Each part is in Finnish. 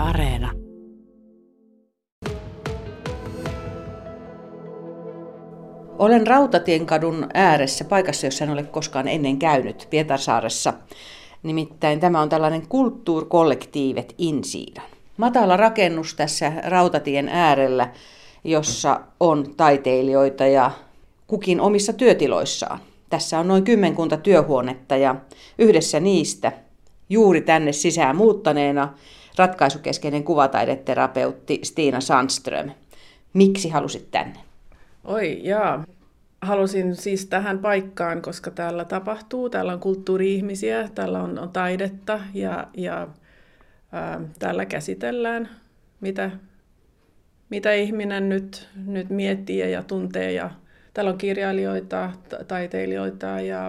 Areena. Olen Rautatienkadun ääressä, paikassa, jossa en ole koskaan ennen käynyt, Pietarsaaressa. Nimittäin tämä on tällainen Kulturkollektivet Insidan. Matala rakennus tässä rautatien äärellä, jossa on taiteilijoita ja kukin omissa työtiloissaan. Tässä on noin 10 työhuonetta ja yhdessä niistä juuri tänne sisään muuttaneena ratkaisukeskeinen kuvataideterapeutti Stina Sandström. Miksi halusit tänne? Halusin siis tähän paikkaan, koska täällä tapahtuu, täällä on kulttuuri-ihmisiä, täällä on taidetta ja täällä käsitellään, mitä ihminen nyt miettii ja tuntee. Ja täällä on kirjailijoita, taiteilijoita ja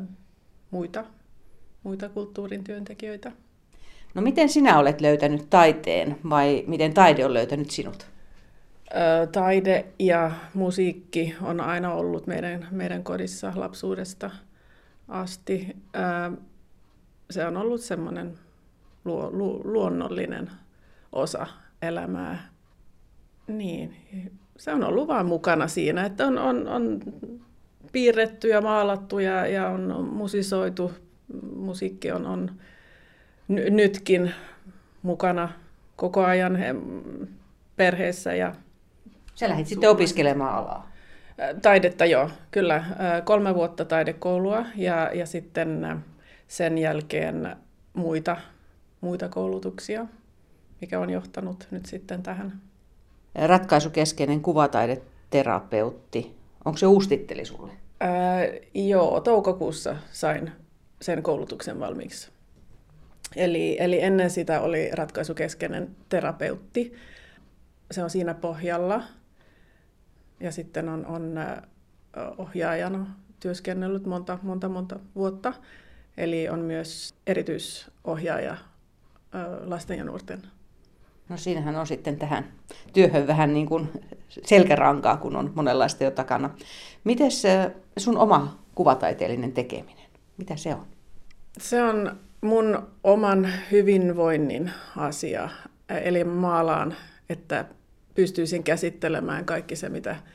muita kulttuurin työntekijöitä. No miten sinä olet löytänyt taiteen vai miten taide on löytänyt sinut? Taide ja musiikki on aina ollut meidän kodissa lapsuudesta asti. Se on ollut semmoinen luonnollinen osa elämää. Niin, se on ollut vaan mukana siinä, että on piirretty ja maalattu ja on musisoitu. Musiikki on nytkin mukana koko ajan perheessä. Sä lähdit sitten opiskelemaan alaa? Taidetta joo, kyllä. 3 vuotta taidekoulua ja sitten sen jälkeen muita koulutuksia, mikä on johtanut nyt sitten tähän. Ratkaisukeskeinen kuvataideterapeutti, onko se uusi titteli sulle? Joo, toukokuussa sain sen koulutuksen valmiiksi. Eli ennen sitä oli ratkaisukeskeinen terapeutti. Se on siinä pohjalla. Ja sitten on ohjaajana työskennellyt monta vuotta. Eli on myös erityisohjaaja lasten ja nuorten. No siinähän on sitten tähän työhön vähän niin kuin selkärankaa, kun on monenlaista jo takana. Mites sun oma kuvataiteellinen tekeminen? Mitä se on? Se on mun oman hyvinvoinnin asia. Eli maalaan, että pystyisin käsittelemään kaikki se,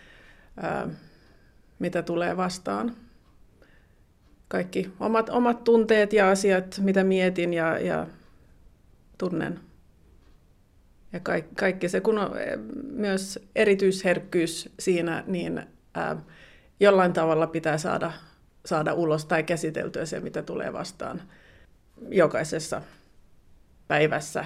mitä tulee vastaan. Kaikki omat tunteet ja asiat, mitä mietin ja tunnen. Ja kaikki se, kun on myös erityisherkkyys siinä, niin jollain tavalla pitää saada ulos tai käsiteltyä se, mitä tulee vastaan jokaisessa päivässä.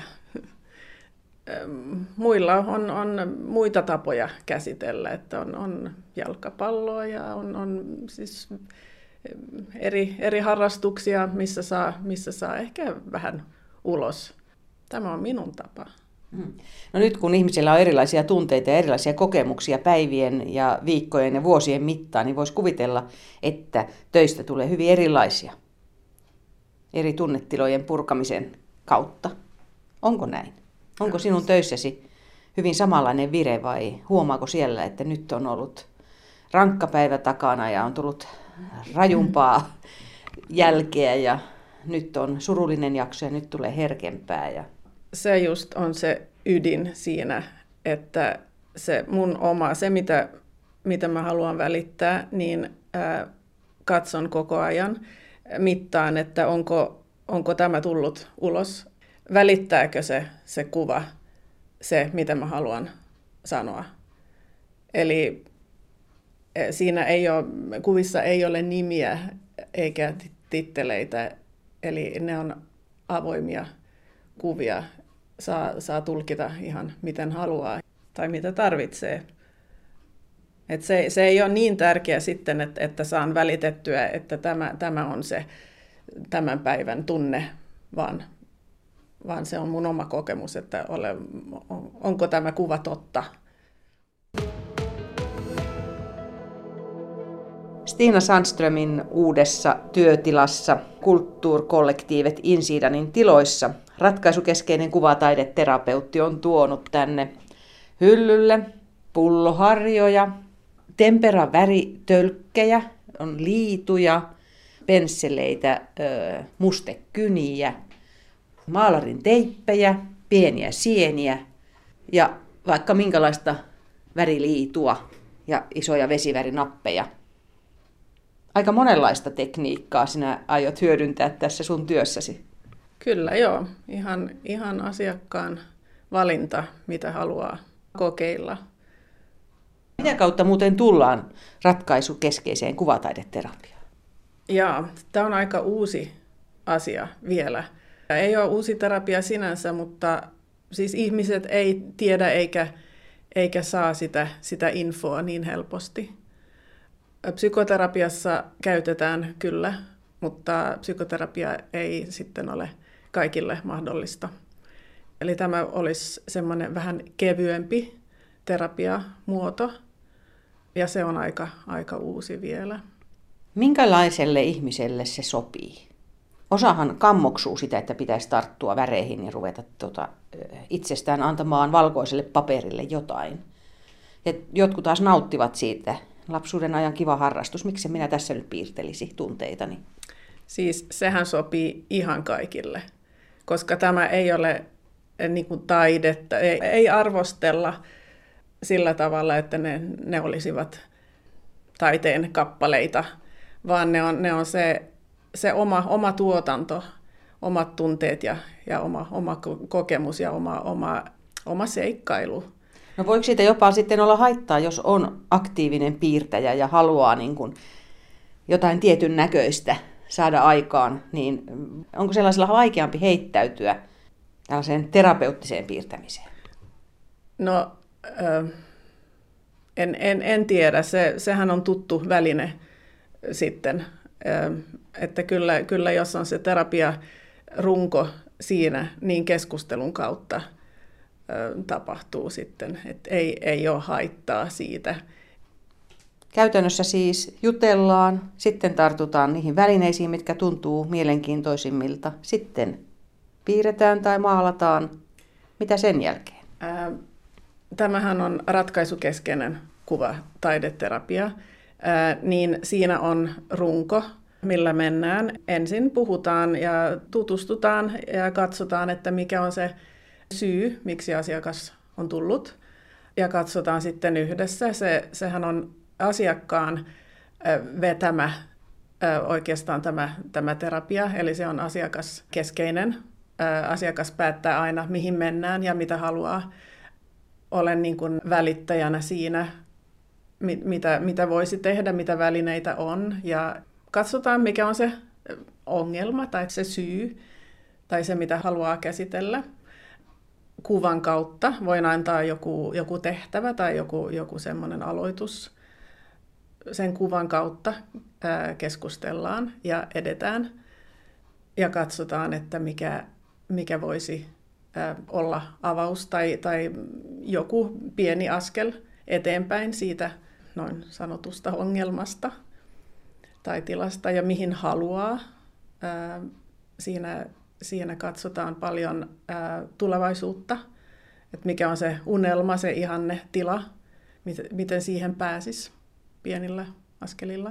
Muilla on muita tapoja käsitellä, että on jalkapalloa ja on siis eri harrastuksia, missä saa ehkä vähän ulos. Tämä on minun tapa. No nyt kun ihmisillä on erilaisia tunteita ja erilaisia kokemuksia päivien ja viikkojen ja vuosien mittaan, niin voisi kuvitella, että töistä tulee hyvin erilaisia eri tunnetilojen purkamisen kautta. Onko näin? Onko sinun töissäsi hyvin samanlainen vire vai huomaako siellä, että nyt on ollut rankka päivä takana ja on tullut rajumpaa jälkeä ja nyt on surullinen jakso ja nyt tulee herkempää? Se just on se ydin siinä, että se mun oma, se mitä mä haluan välittää, niin katson koko ajan, mittaan, että onko tämä tullut ulos, välittääkö se kuva, se mitä mä haluan sanoa. Eli kuvissa ei ole nimiä eikä titteleitä, eli ne on avoimia kuvia. Saa tulkita ihan miten haluaa tai mitä tarvitsee. Et se ei ole niin tärkeä sitten, että saan välitettyä, että tämä on se tämän päivän tunne, vaan se on mun oma kokemus, että onko tämä kuva totta. Stina Sandströmin uudessa työtilassa Kulturkollektivet Insidanin tiloissa ratkaisukeskeinen kuvataideterapeutti on tuonut tänne hyllylle pulloharjoja, temperaväritölkkejä, on liituja, pensseleitä, mustekyniä, maalarin teippejä, pieniä sieniä ja vaikka minkälaista väriliitua ja isoja vesivärinappeja. Aika monenlaista tekniikkaa sinä aiot hyödyntää tässä sun työssäsi. Kyllä joo, ihan asiakkaan valinta, mitä haluaa kokeilla. Mitä kautta muuten tullaan ratkaisukeskeiseen kuvataideterapiaan? Jaa, tämä on aika uusi asia vielä. Ei ole uusi terapia sinänsä, mutta siis ihmiset ei tiedä eikä saa sitä infoa niin helposti. Psykoterapiassa käytetään kyllä, mutta psykoterapia ei sitten ole kaikille mahdollista. Eli tämä olisi semmoinen vähän kevyempi terapiamuoto, ja se on aika uusi vielä. Minkälaiselle ihmiselle se sopii? Osahan kammoksuu sitä, että pitäisi tarttua väreihin ja ruveta itsestään antamaan valkoiselle paperille jotain. Ja jotkut taas nauttivat siitä. Lapsuuden ajan kiva harrastus. Miksi minä tässä nyt piirtelisi tunteitani? Siis sehän sopii ihan kaikille, koska tämä ei ole niin kuin taidetta. Ei arvostella sillä tavalla, että ne olisivat taiteen kappaleita, vaan ne on se oma tuotanto, omat tunteet ja oma kokemus ja oma seikkailu. No voiko siitä jopa sitten olla haittaa, jos on aktiivinen piirtäjä ja haluaa niin kuin jotain tietyn näköistä saada aikaan, niin onko sellaisella vaikeampi heittäytyä tällaiseen terapeuttiseen piirtämiseen? No en tiedä. Sehän on tuttu väline sitten. Että kyllä jos on se terapiarunko siinä, niin keskustelun kautta tapahtuu sitten, että ei ole haittaa siitä. Käytännössä siis jutellaan, sitten tartutaan niihin välineisiin, mitkä tuntuu mielenkiintoisimmilta. Sitten piirretään tai maalataan. Mitä sen jälkeen? Tämähän on ratkaisukeskeinen kuvataideterapia. Niin siinä on runko, millä mennään. Ensin puhutaan ja tutustutaan ja katsotaan, että mikä on se syy, miksi asiakas on tullut. Ja katsotaan sitten yhdessä. Sehän on asiakkaan vetämä oikeastaan tämä terapia, eli se on asiakaskeskeinen. Asiakas päättää aina, mihin mennään ja mitä haluaa. Olen niin kuin välittäjänä siinä, mitä voisi tehdä, mitä välineitä on, ja katsotaan, mikä on se ongelma tai se syy tai se, mitä haluaa käsitellä. Kuvan kautta voin antaa joku tehtävä tai joku semmoinen aloitus. Sen kuvan kautta keskustellaan ja edetään ja katsotaan, että mikä voisi olla avaus tai joku pieni askel eteenpäin siitä noin sanotusta ongelmasta tai tilasta ja mihin haluaa. Siinä katsotaan paljon tulevaisuutta, että mikä on se unelma, se ihanne tila, miten siihen pääsisi pienillä askelilla.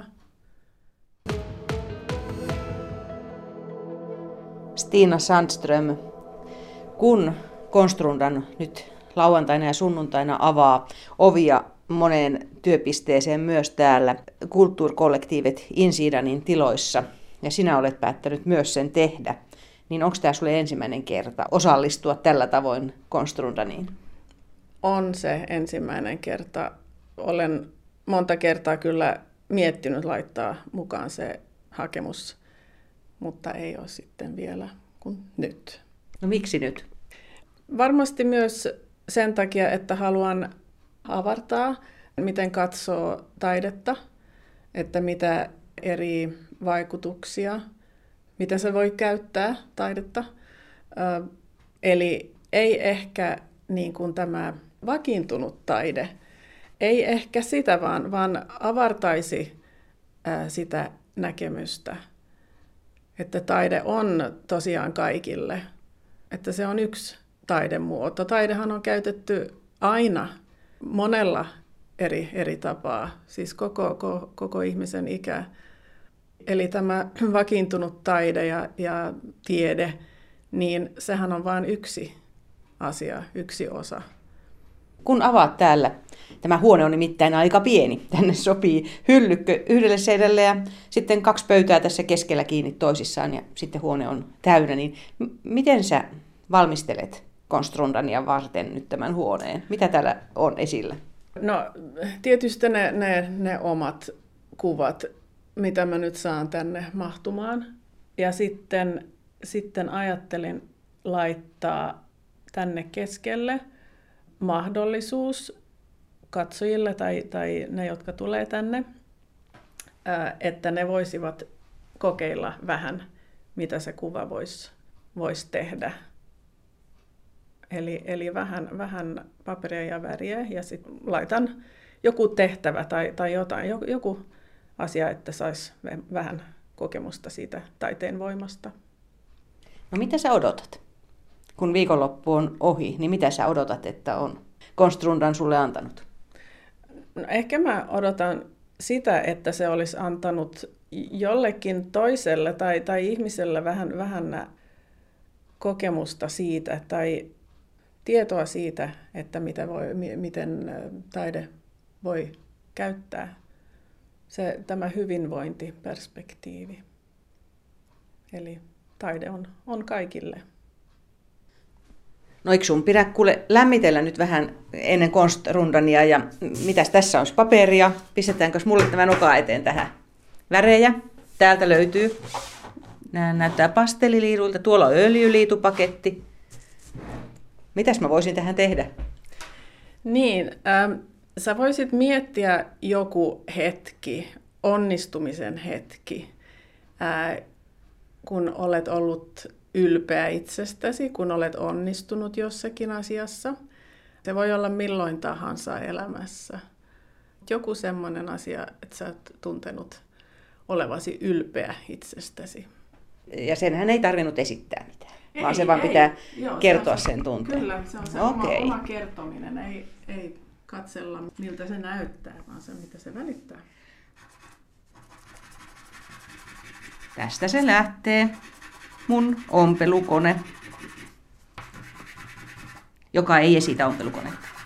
Stina Sandström, kun Konstrundan nyt lauantaina ja sunnuntaina avaa ovia moneen työpisteeseen myös täällä Kulttuurkollektiivet Insidanin tiloissa, ja sinä olet päättänyt myös sen tehdä, niin onko tämä sinulle ensimmäinen kerta osallistua tällä tavoin Konstrundaniin? On se ensimmäinen kerta. Olen monta kertaa kyllä miettinyt laittaa mukaan se hakemus, mutta ei ole sitten vielä kuin nyt. No miksi nyt? Varmasti myös sen takia, että haluan avartaa, miten katsoo taidetta, että mitä eri vaikutuksia, miten se voi käyttää taidetta. Eli ei ehkä niin kuin tämä vakiintunut taide, ei ehkä sitä, vaan avartaisi sitä näkemystä, että taide on tosiaan kaikille, että se on yksi taidemuoto. Taidehan on käytetty aina monella eri tapaa, siis koko ihmisen ikä. Eli tämä vakiintunut taide ja tiede, niin sehän on vain yksi asia, yksi osa. Kun avaat täällä, tämä huone on nimittäin aika pieni. Tänne sopii hyllykkö yhdelle seinälle ja sitten 2 pöytää tässä keskellä kiinni toisissaan ja sitten huone on täynnä. Niin miten sä valmistelet Konstrundania varten nyt tämän huoneen? Mitä täällä on esillä? No tietysti ne omat kuvat, mitä mä nyt saan tänne mahtumaan. Ja sitten ajattelin laittaa tänne keskelle mahdollisuus katsojille tai ne, jotka tulee tänne, että ne voisivat kokeilla vähän, mitä se kuva voisi tehdä. Eli vähän paperia ja väriä ja sitten laitan joku tehtävä tai jotain, joku asia, että saisi vähän kokemusta siitä taiteen voimasta. No mitä sä odotat? Kun viikonloppu on ohi, niin mitä sä odotat, että on Konstrundan sulle antanut? No, ehkä mä odotan sitä, että se olisi antanut jollekin toiselle tai ihmiselle vähän kokemusta siitä tai tietoa siitä, että miten taide voi käyttää tämä hyvinvointiperspektiivi. Eli taide on kaikille. No eikö sun pidä kuule lämmitellä nyt vähän ennen Konstrundania ja mitäs tässä olisi paperia? Pistetäänkö mulle tämä noka eteen tähän? Värejä. Täältä löytyy. Nämä näyttää pastelliliiduilta. Tuolla on öljyliitupaketti. Mitäs mä voisin tähän tehdä? Niin, sä voisit miettiä joku hetki, onnistumisen hetki, kun olet ollut ylpeä itsestäsi, kun olet onnistunut jossakin asiassa. Se voi olla milloin tahansa elämässä. Joku semmoinen asia, että sä oot tuntenut olevasi ylpeä itsestäsi. Ja senhän ei tarvinnut esittää mitään, vaan se vaan pitää kertoa sen tunteen. Kyllä, se on se oma kertominen. Ei katsella, miltä se näyttää, vaan se, mitä se välittää. Tästä se lähtee. Mun ompelukone, joka ei esitä ompelukonetta.